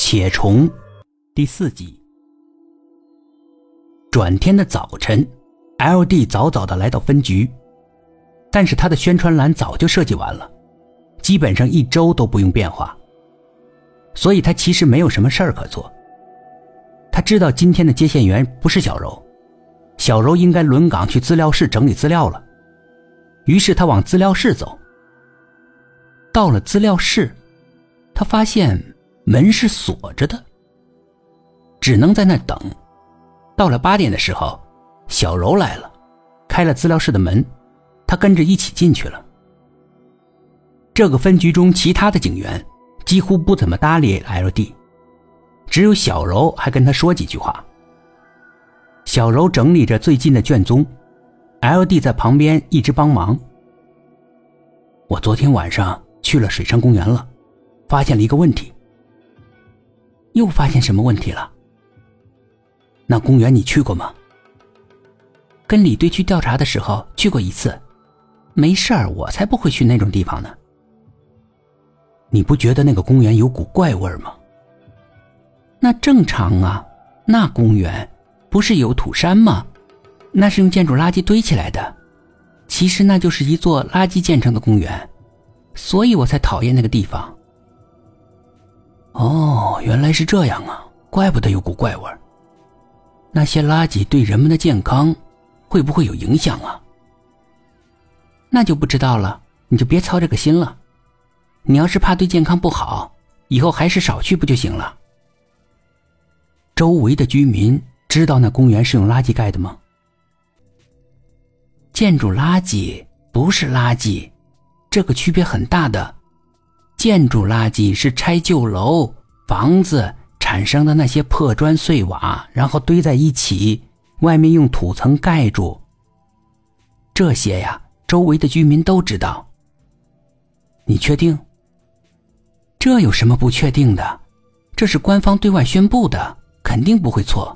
且虫第4集。转天的早晨 ，LD 早早地来到分局，但是他的宣传栏早就设计完了，基本上1周都不用变化，所以他其实没有什么事儿可做。他知道今天的接线员不是小柔，小柔应该轮岗去资料室整理资料了，于是他往资料室走。到了资料室，他发现门是锁着的，只能在那等。到了8点的时候，小柔来了，开了资料室的门，他跟着一起进去了。这个分局中其他的警员几乎不怎么搭理 LD， 只有小柔还跟他说几句话。小柔整理着最近的卷宗， LD 在旁边一直帮忙。我昨天晚上去了水上公园了，发现了一个问题。又发现什么问题了？那公园你去过吗？跟李队去调查的时候去过1次，没事儿，我才不会去那种地方呢。你不觉得那个公园有股怪味吗？那正常啊，那公园不是有土山吗？那是用建筑垃圾堆起来的，其实那就是一座垃圾建成的公园，所以我才讨厌那个地方。哦，原来是这样啊，怪不得有股怪味。那些垃圾对人们的健康会不会有影响啊？那就不知道了，你就别操这个心了。你要是怕对健康不好，以后还是少去不就行了。周围的居民知道那公园是用垃圾盖的吗？建筑垃圾不是垃圾，这个区别很大的。建筑垃圾是拆旧楼、房子产生的那些破砖碎瓦，然后堆在一起，外面用土层盖住。这些呀，周围的居民都知道。你确定？这有什么不确定的？这是官方对外宣布的，肯定不会错。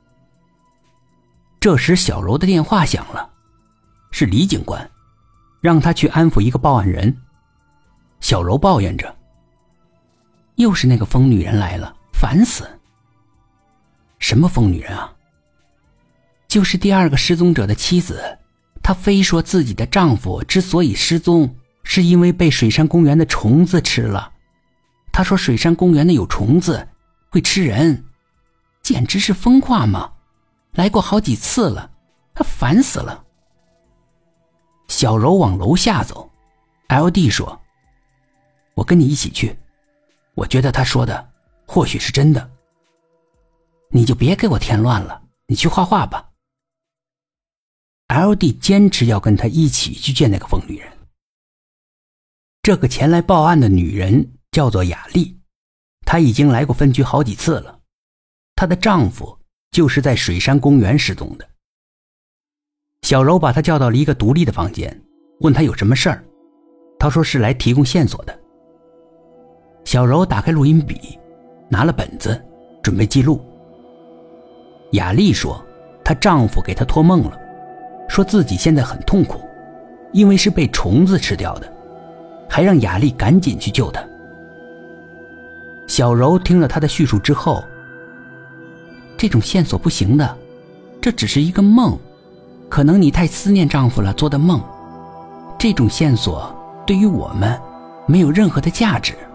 这时小柔的电话响了，是李警官，让他去安抚一个报案人。小柔抱怨着，又是那个疯女人来了，烦死。什么疯女人啊？就是第2个失踪者的妻子，她非说自己的丈夫之所以失踪，是因为被水山公园的虫子吃了。她说水山公园的有虫子，会吃人，简直是疯话嘛！来过好几次了，她烦死了。小柔往楼下走 ，LD 说，我跟你一起去，我觉得他说的或许是真的。你就别给我添乱了，你去画画吧。LD 坚持要跟他一起去见那个疯女人。这个前来报案的女人叫做雅丽，她已经来过分局好几次了。她的丈夫就是在水山公园失踪的。小柔把她叫到了一个独立的房间，问她有什么事儿。她说是来提供线索的。小柔打开录音笔，拿了本子，准备记录。雅丽说，她丈夫给她托梦了，说自己现在很痛苦，因为是被虫子吃掉的，还让雅丽赶紧去救她。小柔听了她的叙述之后，这种线索不行的，这只是一个梦，可能你太思念丈夫了做的梦，这种线索对于我们没有任何的价值。